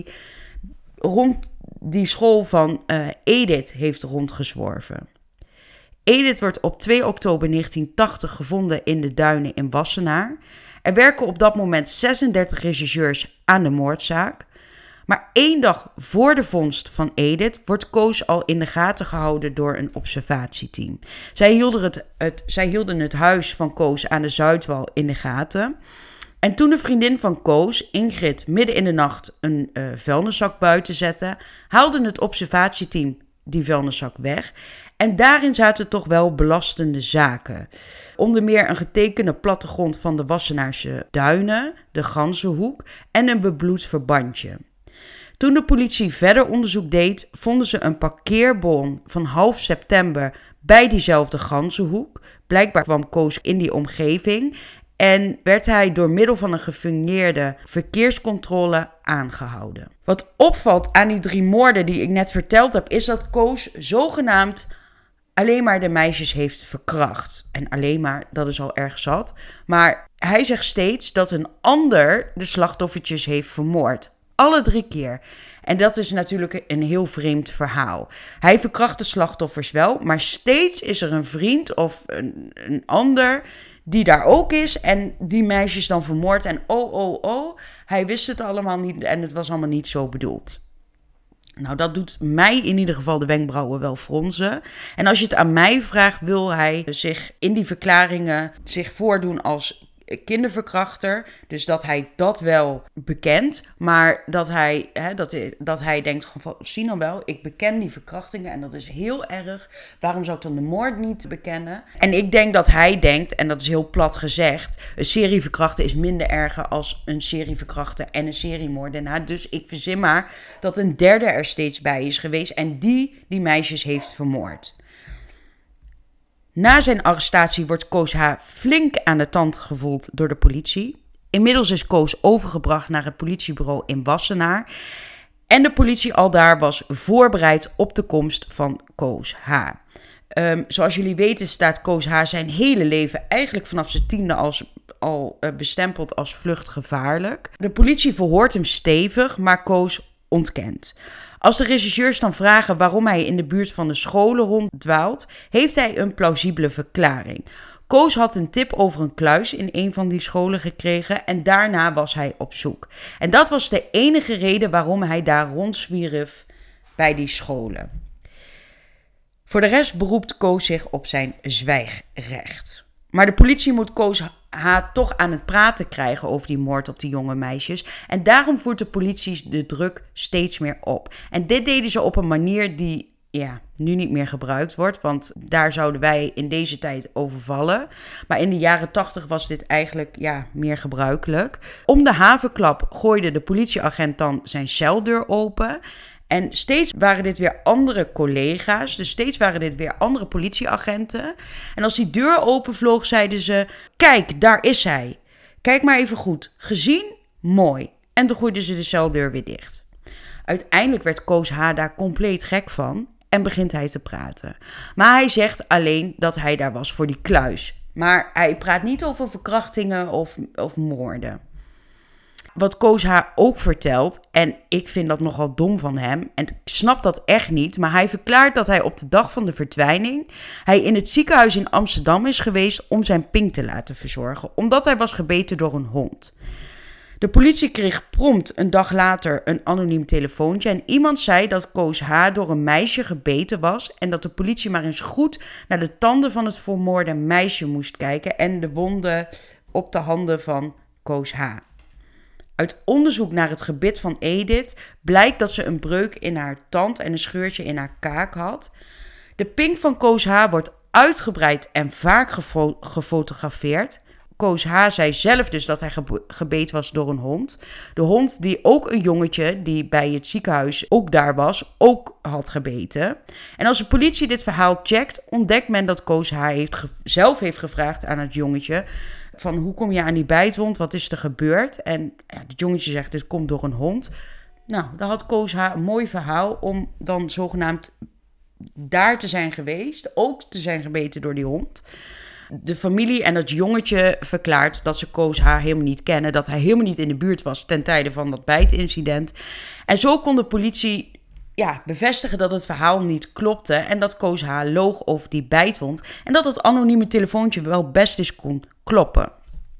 rond die school van Edith heeft rondgezworven. Edith wordt op 2 oktober 1980 gevonden in de duinen in Wassenaar. Er werken op dat moment 36 rechercheurs aan de moordzaak. Maar 1 dag voor de vondst van Edith wordt Koos al in de gaten gehouden door een observatieteam. Zij hielden het huis van Koos aan de Zuidwal in de gaten. En toen de vriendin van Koos, Ingrid, midden in de nacht een vuilniszak buiten zette, haalde het observatieteam die vuilniszak weg. En daarin zaten toch wel belastende zaken. Onder meer een getekende plattegrond van de Wassenaarse duinen, de Ganzenhoek en een bebloed verbandje. Toen de politie verder onderzoek deed, vonden ze een parkeerbon van half september bij diezelfde Ganzenhoek. Blijkbaar kwam Koos in die omgeving. en werd hij door middel van een gefingeerde verkeerscontrole aangehouden. Wat opvalt aan die 3 moorden die ik net verteld heb, is dat Koos zogenaamd alleen maar de meisjes heeft verkracht. En alleen maar, dat is al erg zat. Maar hij zegt steeds dat een ander de slachtoffertjes heeft vermoord. Alle 3 keer. En dat is natuurlijk een heel vreemd verhaal. Hij verkracht de slachtoffers wel, maar steeds is er een vriend of een ander die daar ook is en die meisjes dan vermoordt. En hij wist het allemaal niet en het was allemaal niet zo bedoeld. Nou, dat doet mij in ieder geval de wenkbrauwen wel fronsen. En als je het aan mij vraagt, wil hij zich in die verklaringen zich voordoen als kinderverkrachter. Dus dat hij dat wel bekent, maar dat hij denkt van, zie nou wel, ik beken die verkrachtingen en dat is heel erg. Waarom zou ik dan de moord niet bekennen? En ik denk dat hij denkt, en dat is heel plat gezegd, een serie verkrachten is minder erger als een serie verkrachten en een seriemoordenaar. Dus ik verzin maar dat een derde er steeds bij is geweest en die meisjes heeft vermoord. Na zijn arrestatie wordt Koos H. flink aan de tand gevoeld door de politie. Inmiddels is Koos overgebracht naar het politiebureau in Wassenaar. En de politie aldaar was voorbereid op de komst van Koos H. Zoals jullie weten staat Koos H. zijn hele leven eigenlijk vanaf zijn 10e al bestempeld als vluchtgevaarlijk. De politie verhoort hem stevig, maar Koos ontkent. Als de rechercheurs dan vragen waarom hij in de buurt van de scholen ronddwaalt, heeft hij een plausibele verklaring. Koos had een tip over een kluis in een van die scholen gekregen en daarna was hij op zoek. En dat was de enige reden waarom hij daar rondzwierf bij die scholen. Voor de rest beroept Koos zich op zijn zwijgrecht. Maar de politie moet Koos H. toch aan het praten krijgen over die moord op die jonge meisjes. En daarom voert de politie de druk steeds meer op. En dit deden ze op een manier die nu niet meer gebruikt wordt. Want daar zouden wij in deze tijd over vallen. Maar in de jaren 80 was dit eigenlijk meer gebruikelijk. Om de haverklap gooide de politieagent dan zijn celdeur open. En steeds waren dit weer andere collega's, dus steeds waren dit weer andere politieagenten. En als die deur openvloog, zeiden ze, kijk, daar is hij. Kijk maar even goed. Gezien? Mooi. En toen gooiden ze de celdeur weer dicht. Uiteindelijk werd Koos H. daar compleet gek van en begint hij te praten. Maar hij zegt alleen dat hij daar was voor die kluis. Maar hij praat niet over verkrachtingen of moorden. Wat Koos H. ook vertelt, en ik vind dat nogal dom van hem, en ik snap dat echt niet, maar hij verklaart dat hij op de dag van de verdwijning hij in het ziekenhuis in Amsterdam is geweest om zijn pink te laten verzorgen, omdat hij was gebeten door een hond. De politie kreeg prompt een dag later een anoniem telefoontje en iemand zei dat Koos H. door een meisje gebeten was en dat de politie maar eens goed naar de tanden van het vermoorde meisje moest kijken en de wonden op de handen van Koos H. Uit onderzoek naar het gebit van Edith blijkt dat ze een breuk in haar tand en een scheurtje in haar kaak had. De pink van Koos H. wordt uitgebreid en vaak gefotografeerd. Koos H. zei zelf dus dat hij gebeten was door een hond. De hond die ook een jongetje die bij het ziekenhuis ook daar was, ook had gebeten. En als de politie dit verhaal checkt, ontdekt men dat Koos H. zelf heeft gevraagd aan het jongetje van hoe kom je aan die bijtwond, wat is er gebeurd? En het jongetje zegt, dit komt door een hond. Nou, dan had Koos H. een mooi verhaal om dan zogenaamd daar te zijn geweest, ook te zijn gebeten door die hond. De familie en dat jongetje verklaart dat ze Koos H. helemaal niet kennen, dat hij helemaal niet in de buurt was ten tijde van dat bijtincident. En zo kon de politie bevestigen dat het verhaal niet klopte en dat Koos H. loog over die bijtwond en dat het anonieme telefoontje wel best eens kon kloppen.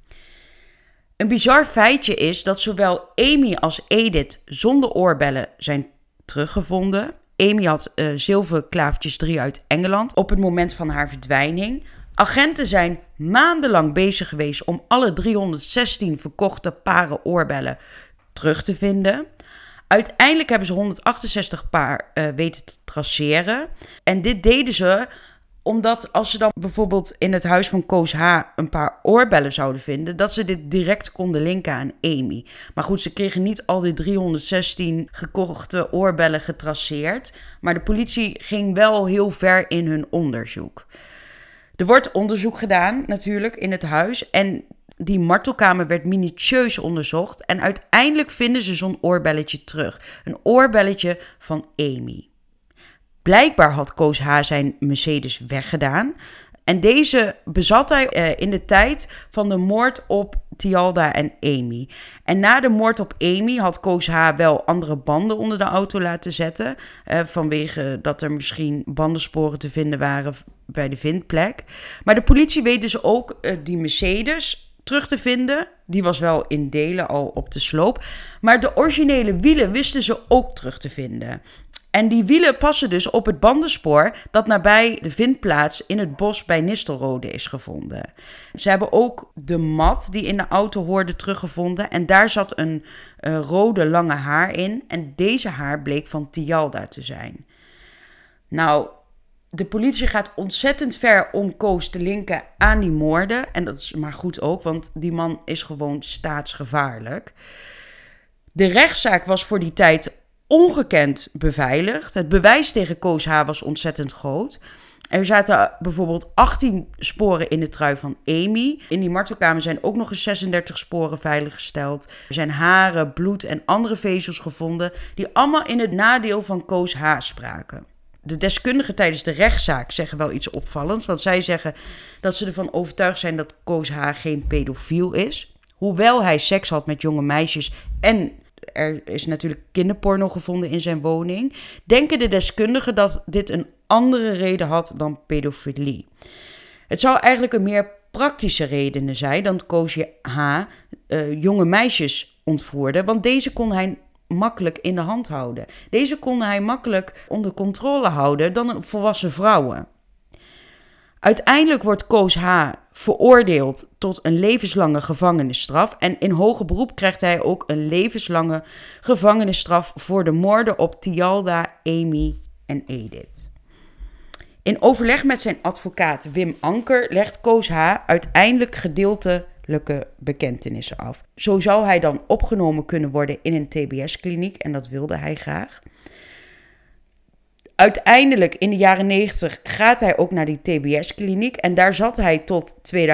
Een bizar feitje is dat zowel Amy als Edith zonder oorbellen zijn teruggevonden. Amy had zilverklavertjes 3 uit Engeland op het moment van haar verdwijning. Agenten zijn maandenlang bezig geweest om alle 316 verkochte paren oorbellen terug te vinden. Uiteindelijk hebben ze 168 paar weten te traceren. En dit deden ze omdat als ze dan bijvoorbeeld in het huis van Koos H. een paar oorbellen zouden vinden, dat ze dit direct konden linken aan Amy. Maar goed, ze kregen niet al die 316 gekochte oorbellen getraceerd. Maar de politie ging wel heel ver in hun onderzoek. Er wordt onderzoek gedaan natuurlijk in het huis en Die martelkamer werd minutieus onderzocht en uiteindelijk vinden ze zo'n oorbelletje terug. Een oorbelletje van Amy. Blijkbaar had Koos H. zijn Mercedes weggedaan. En deze bezat hij in de tijd van de moord op Tialda en Amy. En na de moord op Amy had Koos H. wel andere banden onder de auto laten zetten. Vanwege dat er misschien bandensporen te vinden waren bij de vindplek. Maar de politie weet dus ook die Mercedes terug te vinden. Die was wel in delen al op de sloop. Maar de originele wielen wisten ze ook terug te vinden. En die wielen passen dus op het bandenspoor dat nabij de vindplaats in het bos bij Nistelrode is gevonden. Ze hebben ook de mat die in de auto hoorde teruggevonden en daar zat een rode lange haar in. En deze haar bleek van Tialda te zijn. Nou, de politie gaat ontzettend ver om Koos te linken aan die moorden. En dat is maar goed ook, want die man is gewoon staatsgevaarlijk. De rechtszaak was voor die tijd ongekend beveiligd. Het bewijs tegen Koos H. was ontzettend groot. Er zaten bijvoorbeeld 18 sporen in de trui van Amy. In die martelkamer zijn ook nog eens 36 sporen veiliggesteld. Er zijn haren, bloed en andere vezels gevonden die allemaal in het nadeel van Koos H. spraken. De deskundigen tijdens de rechtszaak zeggen wel iets opvallends, want zij zeggen dat ze ervan overtuigd zijn dat Koos H. geen pedofiel is. Hoewel hij seks had met jonge meisjes en er is natuurlijk kinderporno gevonden in zijn woning, denken de deskundigen dat dit een andere reden had dan pedofilie. Het zou eigenlijk een meer praktische reden zijn dan Koos H. Jonge meisjes ontvoerde, want deze kon hij makkelijk in de hand houden. Deze kon hij makkelijk onder controle houden dan volwassen vrouwen. Uiteindelijk wordt Koos H. veroordeeld tot een levenslange gevangenisstraf en in hoger beroep krijgt hij ook een levenslange gevangenisstraf voor de moorden op Tialda, Amy en Edith. In overleg met zijn advocaat Wim Anker legt Koos H. uiteindelijk gedeeltelijke bekentenissen af. Zo zou hij dan opgenomen kunnen worden in een TBS-kliniek en dat wilde hij graag. Uiteindelijk in de jaren 90 gaat hij ook naar die TBS-kliniek en daar zat hij tot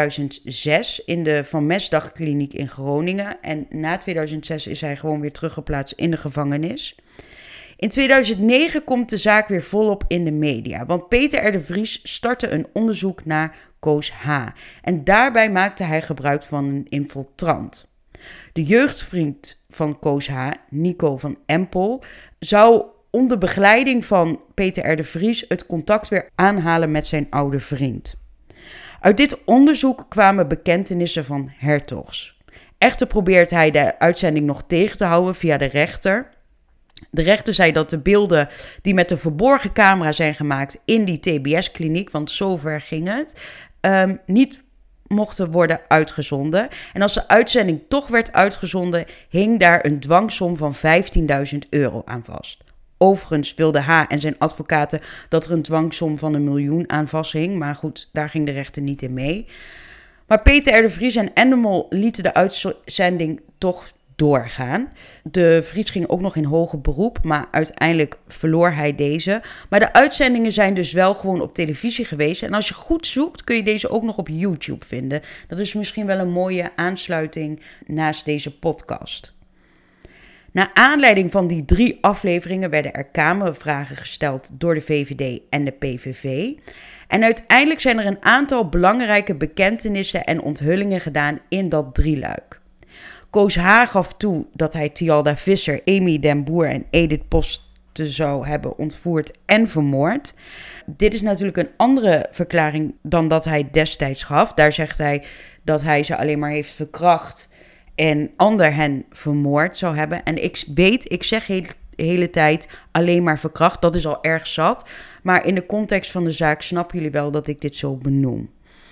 2006 in de Van Mesdag-kliniek in Groningen. En na 2006 is hij gewoon weer teruggeplaatst in de gevangenis. In 2009 komt de zaak weer volop in de media, want Peter R. de Vries startte een onderzoek naar Koos H. En daarbij maakte hij gebruik van een infiltrant. De jeugdvriend van Koos H., Nico van Empel, zou onder begeleiding van Peter R. de Vries het contact weer aanhalen met zijn oude vriend. Uit dit onderzoek kwamen bekentenissen van Hertogs. Echter probeert hij de uitzending nog tegen te houden via de rechter. De rechter zei dat de beelden die met de verborgen camera zijn gemaakt in die TBS-kliniek, want zover ging het, niet mochten worden uitgezonden. En als de uitzending toch werd uitgezonden, hing daar een dwangsom van €15.000 aan vast. Overigens wilde H. en zijn advocaten dat er een dwangsom van €1 miljoen aan vasthing. Maar goed, daar ging de rechter niet in mee. Maar Peter R. de Vries en Endemol lieten de uitzending toch doorgaan. De Vries ging ook nog in hoger beroep, maar uiteindelijk verloor hij deze. Maar de uitzendingen zijn dus wel gewoon op televisie geweest. En als je goed zoekt, kun je deze ook nog op YouTube vinden. Dat is misschien wel een mooie aansluiting naast deze podcast. Naar aanleiding van die 3 afleveringen werden er kamervragen gesteld door de VVD en de PVV. En uiteindelijk zijn er een aantal belangrijke bekentenissen en onthullingen gedaan in dat drieluik. Koos H. gaf toe dat hij Tialda Visser, Amy den Boer en Edith Post zou hebben ontvoerd en vermoord. Dit is natuurlijk een andere verklaring dan dat hij destijds gaf. Daar zegt hij dat hij ze alleen maar heeft verkracht en ander hen vermoord zou hebben. En ik zeg de hele tijd alleen maar verkracht. Dat is al erg zat. Maar in de context van de zaak snappen jullie wel dat ik dit zo benoem.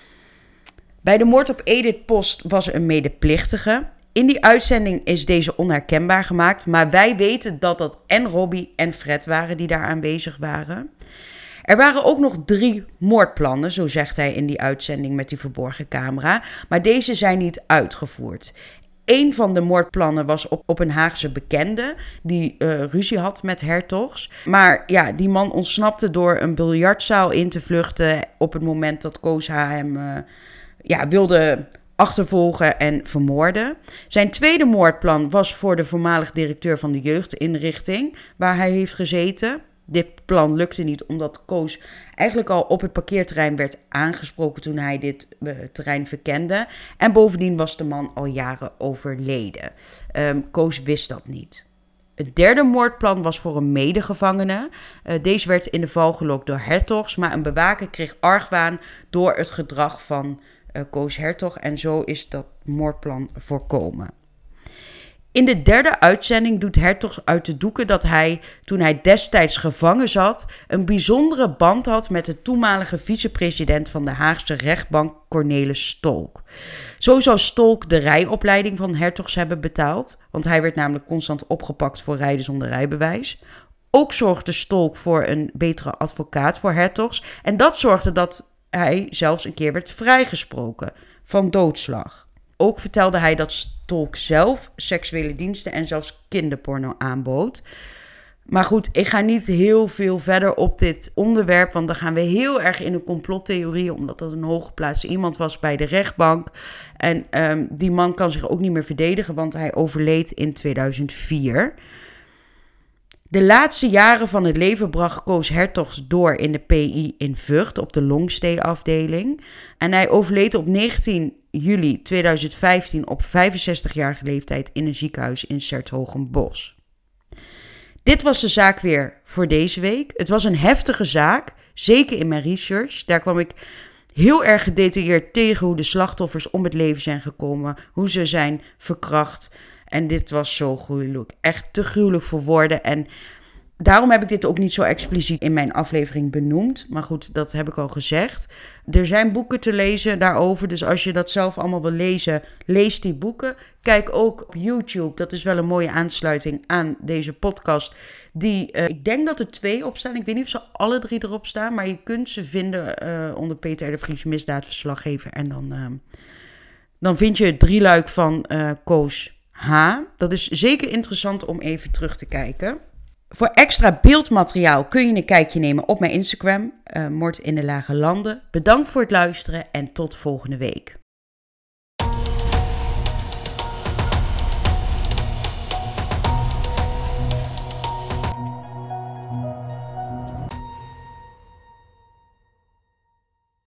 Bij de moord op Edith Post was er een medeplichtige. In die uitzending is deze onherkenbaar gemaakt. Maar wij weten dat dat en Robbie en Fred waren die daar aanwezig waren. Er waren ook nog 3 moordplannen, zo zegt hij in die uitzending met die verborgen camera. Maar deze zijn niet uitgevoerd. Een van de moordplannen was op een Haagse bekende die ruzie had met Hertogs. Maar ja, die man ontsnapte door een biljartzaal in te vluchten op het moment dat Koos H. hem wilde achtervolgen en vermoorden. Zijn tweede moordplan was voor de voormalig directeur van de jeugdinrichting waar hij heeft gezeten. Dit plan lukte niet omdat Koos eigenlijk al op het parkeerterrein werd aangesproken toen hij dit terrein verkende. En bovendien was de man al jaren overleden. Koos wist dat niet. Het derde moordplan was voor een medegevangene. Deze werd in de val gelokt door Hertogs, maar een bewaker kreeg argwaan door het gedrag van Koos Hertog. En zo is dat moordplan voorkomen. In de derde uitzending doet Hertog uit de doeken dat hij, toen hij destijds gevangen zat, een bijzondere band had met de toenmalige vicepresident van de Haagse rechtbank, Cornelis Stolk. Zo zou Stolk de rijopleiding van Hertogs hebben betaald, want hij werd namelijk constant opgepakt voor rijden zonder rijbewijs. Ook zorgde Stolk voor een betere advocaat voor Hertogs en dat zorgde dat hij zelfs een keer werd vrijgesproken van doodslag. Ook vertelde hij dat Stolk zelf seksuele diensten en zelfs kinderporno aanbood. Maar goed, ik ga niet heel veel verder op dit onderwerp, want dan gaan we heel erg in de complottheorieën, omdat dat een hooggeplaatste iemand was bij de rechtbank. En die man kan zich ook niet meer verdedigen, want hij overleed in 2004. De laatste jaren van het leven bracht Koos Hertogs door in de PI in Vught op de longstay-afdeling. En hij overleed op 19 juli 2015 op 65-jarige leeftijd in een ziekenhuis in 's-Hertogenbosch. Dit was de zaak weer voor deze week. Het was een heftige zaak, zeker in mijn research. Daar kwam ik heel erg gedetailleerd tegen hoe de slachtoffers om het leven zijn gekomen, hoe ze zijn verkracht. En dit was zo gruwelijk, echt te gruwelijk voor woorden. En daarom heb ik dit ook niet zo expliciet in mijn aflevering benoemd. Maar goed, dat heb ik al gezegd. Er zijn boeken te lezen daarover. Dus als je dat zelf allemaal wil lezen, lees die boeken. Kijk ook op YouTube. Dat is wel een mooie aansluiting aan deze podcast. Ik denk dat er 2 op staan. Ik weet niet of ze alle 3 erop staan. Maar je kunt ze vinden onder Peter R. de Vries, misdaadverslaggever. En dan vind je het drieluik van Koos H. Dat is zeker interessant om even terug te kijken. Voor extra beeldmateriaal kun je een kijkje nemen op mijn Instagram, Moord in de Lage Landen. Bedankt voor het luisteren en tot volgende week.